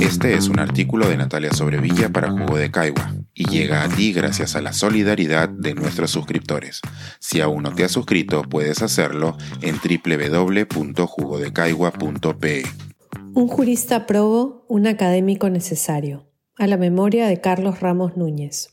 Este es un artículo de Natalia Sobrevilla para Jugo de Caigua y llega a ti gracias a la solidaridad de nuestros suscriptores. Si aún no te has suscrito, puedes hacerlo en www.jugodecaigua.pe. Un jurista probo, un académico necesario. A la memoria de Carlos Ramos Núñez.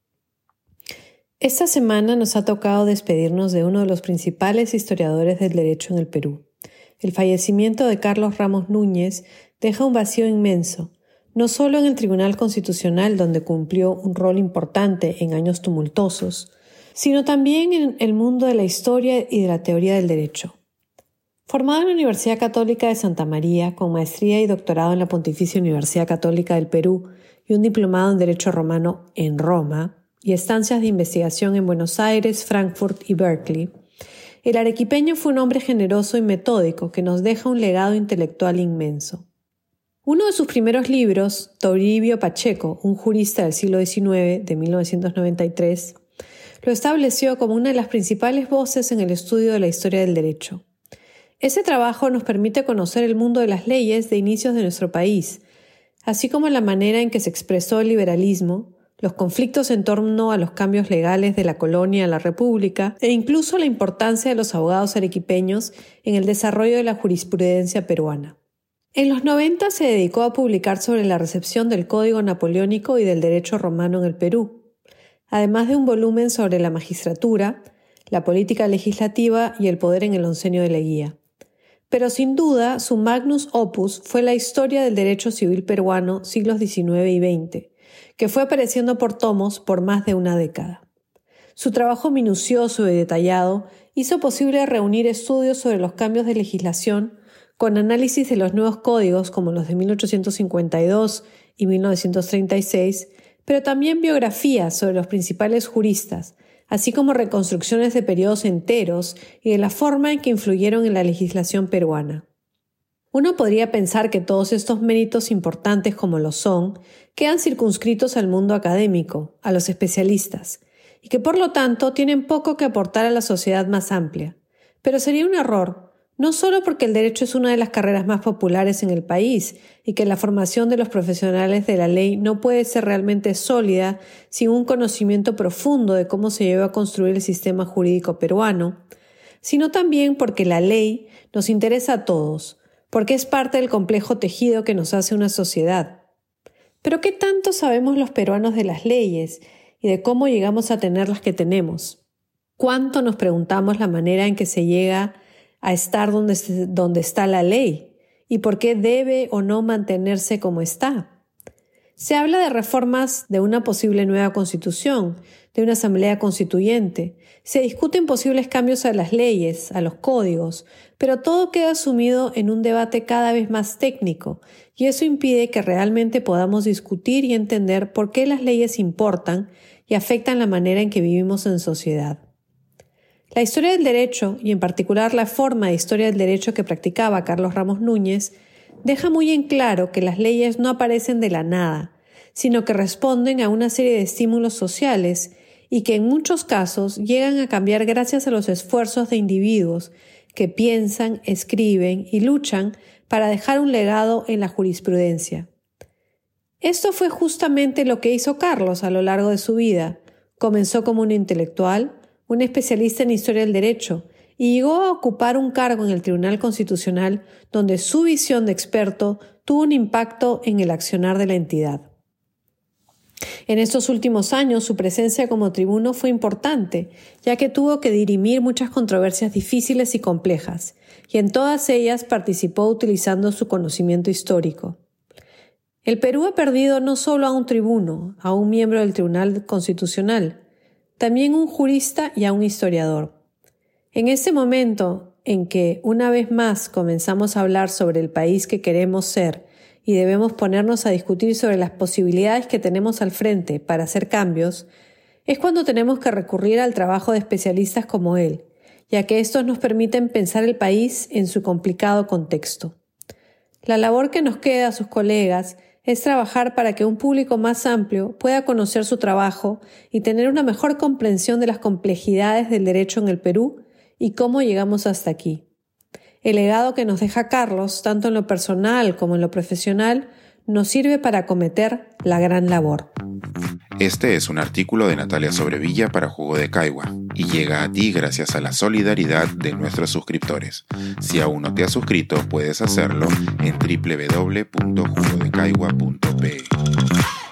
Esta semana nos ha tocado despedirnos de uno de los principales historiadores del derecho en el Perú. El fallecimiento de Carlos Ramos Núñez deja un vacío inmenso, no solo en el Tribunal Constitucional, donde cumplió un rol importante en años tumultuosos, sino también en el mundo de la historia y de la teoría del derecho. Formado en la Universidad Católica de Santa María, con maestría y doctorado en la Pontificia Universidad Católica del Perú y un diplomado en Derecho Romano en Roma, y estancias de investigación en Buenos Aires, Frankfurt y Berkeley, el arequipeño fue un hombre generoso y metódico que nos deja un legado intelectual inmenso. Uno de sus primeros libros, Toribio Pacheco, un jurista del siglo XIX, de 1993, lo estableció como una de las principales voces en el estudio de la historia del derecho. Ese trabajo nos permite conocer el mundo de las leyes de inicios de nuestro país, así como la manera en que se expresó el liberalismo, los conflictos en torno a los cambios legales de la colonia a la república e incluso la importancia de los abogados arequipeños en el desarrollo de la jurisprudencia peruana. En los 90 se dedicó a publicar sobre la recepción del Código Napoleónico y del derecho romano en el Perú, además de un volumen sobre la magistratura, la política legislativa y el poder en el oncenio de Leguía. Pero sin duda, su magnus opus fue la historia del derecho civil peruano siglos XIX y XX, que fue apareciendo por tomos por más de una década. Su trabajo minucioso y detallado hizo posible reunir estudios sobre los cambios de legislación con análisis de los nuevos códigos como los de 1852 y 1936, pero también biografías sobre los principales juristas, así como reconstrucciones de periodos enteros y de la forma en que influyeron en la legislación peruana. Uno podría pensar que todos estos méritos importantes como lo son, quedan circunscritos al mundo académico, a los especialistas, y que por lo tanto tienen poco que aportar a la sociedad más amplia. Pero sería un error, no solo porque el derecho es una de las carreras más populares en el país y que la formación de los profesionales de la ley no puede ser realmente sólida sin un conocimiento profundo de cómo se llevó a construir el sistema jurídico peruano, sino también porque la ley nos interesa a todos, porque es parte del complejo tejido que nos hace una sociedad. Pero ¿qué tanto sabemos los peruanos de las leyes y de cómo llegamos a tener las que tenemos? ¿Cuánto nos preguntamos la manera en que se llega a estar donde está la ley y por qué debe o no mantenerse como está? Se habla de reformas de una posible nueva constitución, de una asamblea constituyente. Se discuten posibles cambios a las leyes, a los códigos, pero todo queda sumido en un debate cada vez más técnico, y eso impide que realmente podamos discutir y entender por qué las leyes importan y afectan la manera en que vivimos en sociedad. La historia del derecho, y en particular la forma de historia del derecho que practicaba Carlos Ramos Núñez, deja muy en claro que las leyes no aparecen de la nada, sino que responden a una serie de estímulos sociales y que en muchos casos llegan a cambiar gracias a los esfuerzos de individuos que piensan, escriben y luchan para dejar un legado en la jurisprudencia. Esto fue justamente lo que hizo Carlos a lo largo de su vida. Comenzó como un intelectual, un especialista en historia del derecho, y llegó a ocupar un cargo en el Tribunal Constitucional donde su visión de experto tuvo un impacto en el accionar de la entidad. En estos últimos años, su presencia como tribuno fue importante, ya que tuvo que dirimir muchas controversias difíciles y complejas, y en todas ellas participó utilizando su conocimiento histórico. El Perú ha perdido no solo a un tribuno, a un miembro del Tribunal Constitucional, también un jurista y a un historiador. En este momento en que una vez más comenzamos a hablar sobre el país que queremos ser y debemos ponernos a discutir sobre las posibilidades que tenemos al frente para hacer cambios, es cuando tenemos que recurrir al trabajo de especialistas como él, ya que estos nos permiten pensar el país en su complicado contexto. La labor que nos queda a sus colegas es trabajar para que un público más amplio pueda conocer su trabajo y tener una mejor comprensión de las complejidades del derecho en el Perú y cómo llegamos hasta aquí. El legado que nos deja Carlos, tanto en lo personal como en lo profesional, nos sirve para acometer la gran labor. Este es un artículo de Natalia Sobrevilla para Jugo de Caigua y llega a ti gracias a la solidaridad de nuestros suscriptores. Si aún no te has suscrito, puedes hacerlo en www.jugodecaigua.pe.